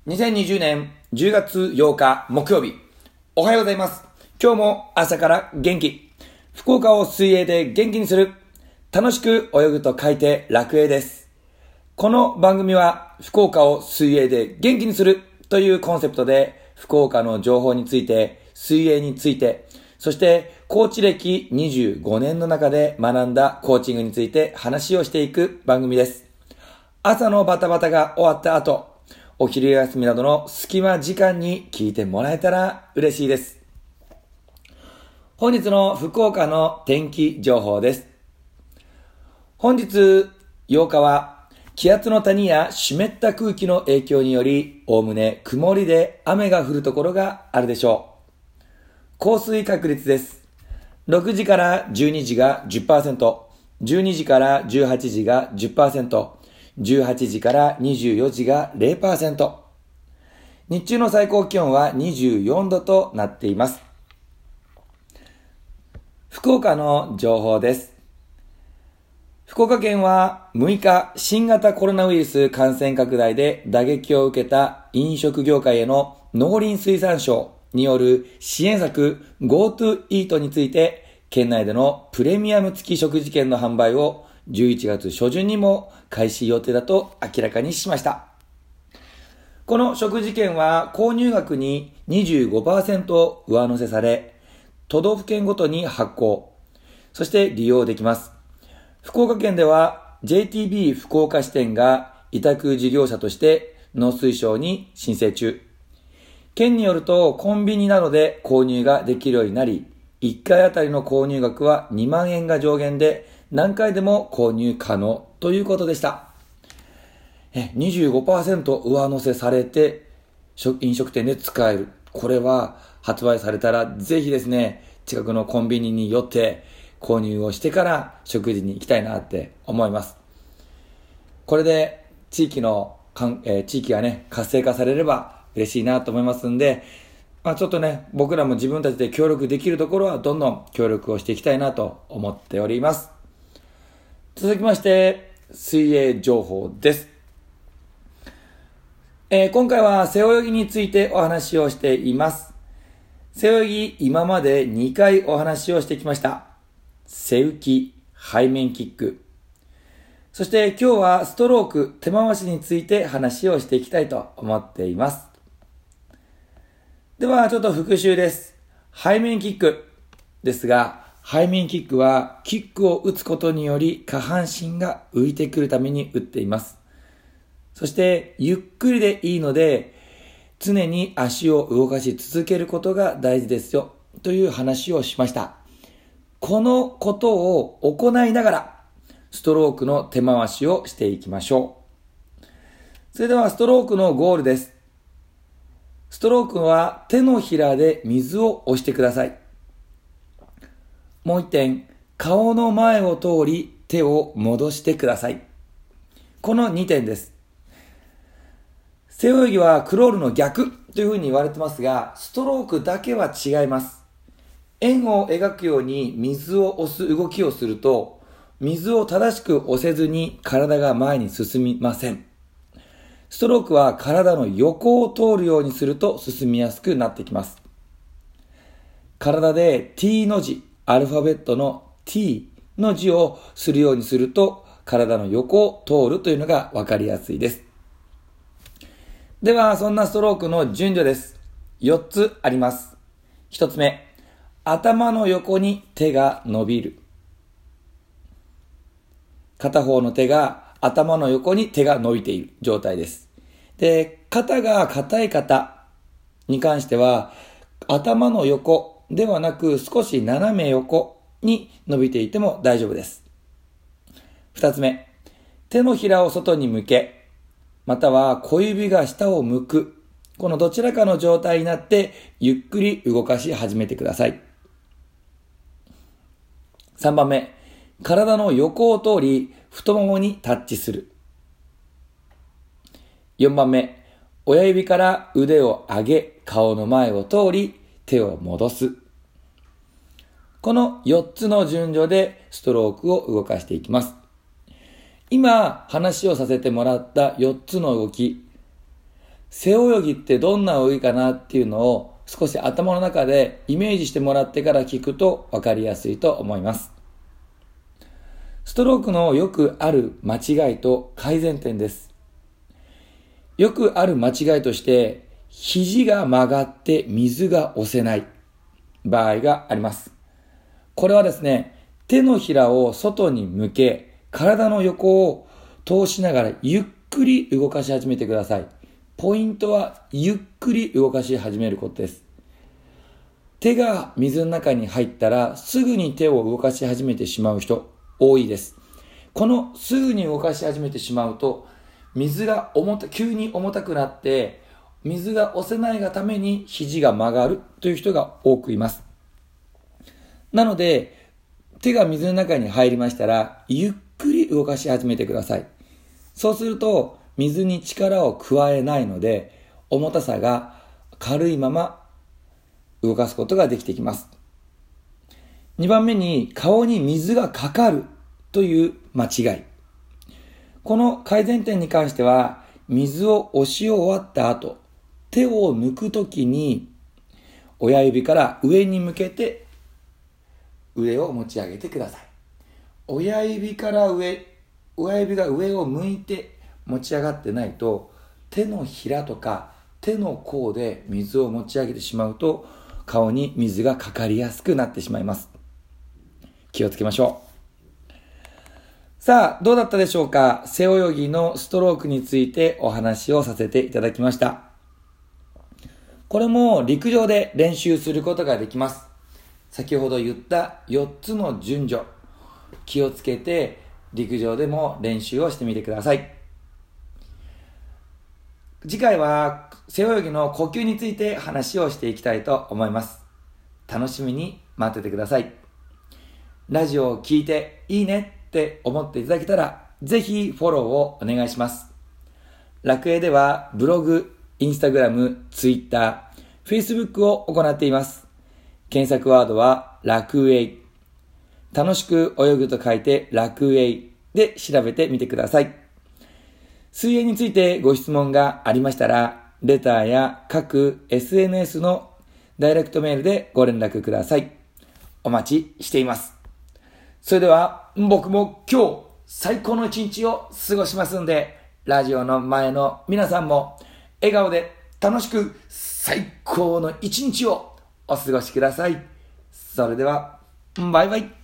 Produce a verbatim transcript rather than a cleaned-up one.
にせんにじゅうねんじゅうがつようか木曜日、おはようございます。今日も朝から元気。福岡を水泳で元気にする。楽しく泳ぐと書いて楽泳です。この番組は福岡を水泳で元気にするというコンセプトで、福岡の情報について、水泳について、そしてコーチ歴にじゅうごねんの中で学んだコーチングについて話をしていく番組です。朝のバタバタが終わった後、お昼休みなどの隙間時間に聞いてもらえたら嬉しいです。本日の福岡の天気情報です。本日ようかは気圧の谷や湿った空気の影響により、おおむね曇りで雨が降るところがあるでしょう。降水確率です。ろくじからじゅうにじが じゅっパーセント、じゅうにじからじゅうはちじが じゅっパーセント、じゅうはちじからにじゅうよじが ゼロパーセント。日中の最高気温はにじゅうよんどとなっています。福岡の情報です。福岡県はむいか、新型コロナウイルス感染拡大で打撃を受けた飲食業界への農林水産省による支援策 GoTo イートについて、県内でのプレミアム付き食事券の販売をじゅういちがつしょじゅんにも開始予定だと明らかにしました。この食事券は購入額に にじゅうごパーセント 上乗せされ、都道府県ごとに発行、そして利用できます。福岡県では ジェイティービー 福岡支店が委託事業者として農水省に申請中。県によるとコンビニなどで購入ができるようになり、いっかいあたりの購入額はにまんえんが上限で何回でも購入可能ということでした。にじゅうごパーセント 上乗せされて飲食店で使える。これは発売されたらぜひですね、近くのコンビニに寄って購入をしてから食事に行きたいなって思います。これで地域の、えー、地域がね活性化されれば嬉しいなと思いますんで、まあ、ちょっとね僕らも自分たちで協力できるところはどんどん協力をしていきたいなと思っております。続きまして水泳情報です。えー、今回は背泳ぎについてお話をしています。背泳ぎ今までにかいお話をしてきました。背浮き、背面キック。そして今日はストローク、手回しについて話をしていきたいと思っています。ではちょっと復習です。背面キックですが、背面キックはキックを打つことにより下半身が浮いてくるために打っています。そしてゆっくりでいいので常に足を動かし続けることが大事ですよという話をしました。このことを行いながらストロークの手回しをしていきましょう。それではストロークのゴールです。ストロークは手のひらで水を押してください。もう一点、顔の前を通り手を戻してください。このにてんです。背泳ぎはクロールの逆というふうに言われてますが、ストロークだけは違います。円を描くように水を押す動きをすると、水を正しく押せずに体が前に進みません。ストロークは体の横を通るようにすると進みやすくなってきます。体で T の字、アルファベットの T の字をするようにすると体の横を通るというのが分かりやすいです。ではそんなストロークの順序です。よっつあります。ひとつめ、頭の横に手が伸びる。片方の手が頭の横に手が伸びている状態です。で、肩が硬い方に関しては頭の横ではなく少し斜め横に伸びていても大丈夫です。二つ目、手のひらを外に向け、または小指が下を向く、このどちらかの状態になってゆっくり動かし始めてください。三番目、体の横を通り太ももにタッチする。四番目、親指から腕を上げ顔の前を通り手を戻す。このよっつの順序でストロークを動かしていきます。今話をさせてもらったよっつの動き、 背泳ぎってどんな泳ぎかなっていうのを少し頭の中でイメージしてもらってから聞くと分かりやすいと思います。ストロークのよくある間違いと改善点です。よくある間違いとして、肘が曲がって水が押せない場合があります。これはですね、手のひらを外に向け、体の横を通しながらゆっくり動かし始めてください。ポイントはゆっくり動かし始めることです。手が水の中に入ったらすぐに手を動かし始めてしまう人多いです。このすぐに動かし始めてしまうと、水が重た急に重たくなって水が押せないがために肘が曲がるという人が多くいます。なので手が水の中に入りましたらゆっくり動かし始めてください。そうすると水に力を加えないので重たさが軽いまま動かすことができてきます。にばんめに顔に水がかかるという間違い。この改善点に関しては水を押し終わった後、手を抜くときに親指から上に向けて腕を持ち上げてください。親指から上、親指が上を向いて持ち上がってないと手のひらとか手の甲で水を持ち上げてしまうと顔に水がかかりやすくなってしまいます。気をつけましょう。さあ、どうだったでしょうか。背泳ぎのストロークについてお話をさせていただきました。これも陸上で練習することができます。先ほど言ったよっつの順序、気をつけて陸上でも練習をしてみてください。次回は背泳ぎの呼吸について話をしていきたいと思います。楽しみに待っててください。ラジオを聞いていいねって思っていただけたら、ぜひフォローをお願いします。楽栄ではブログ、インスタグラム、ツイッター、フェイスブックを行っています。検索ワードは楽栄。楽しく泳ぐと書いて楽栄で調べてみてください。水泳についてご質問がありましたら、レターや各 エスエヌエス のダイレクトメールでご連絡ください。お待ちしています。それでは僕も今日最高の一日を過ごしますんで、ラジオの前の皆さんも笑顔で楽しく最高の一日をお過ごしください。それではバイバイ。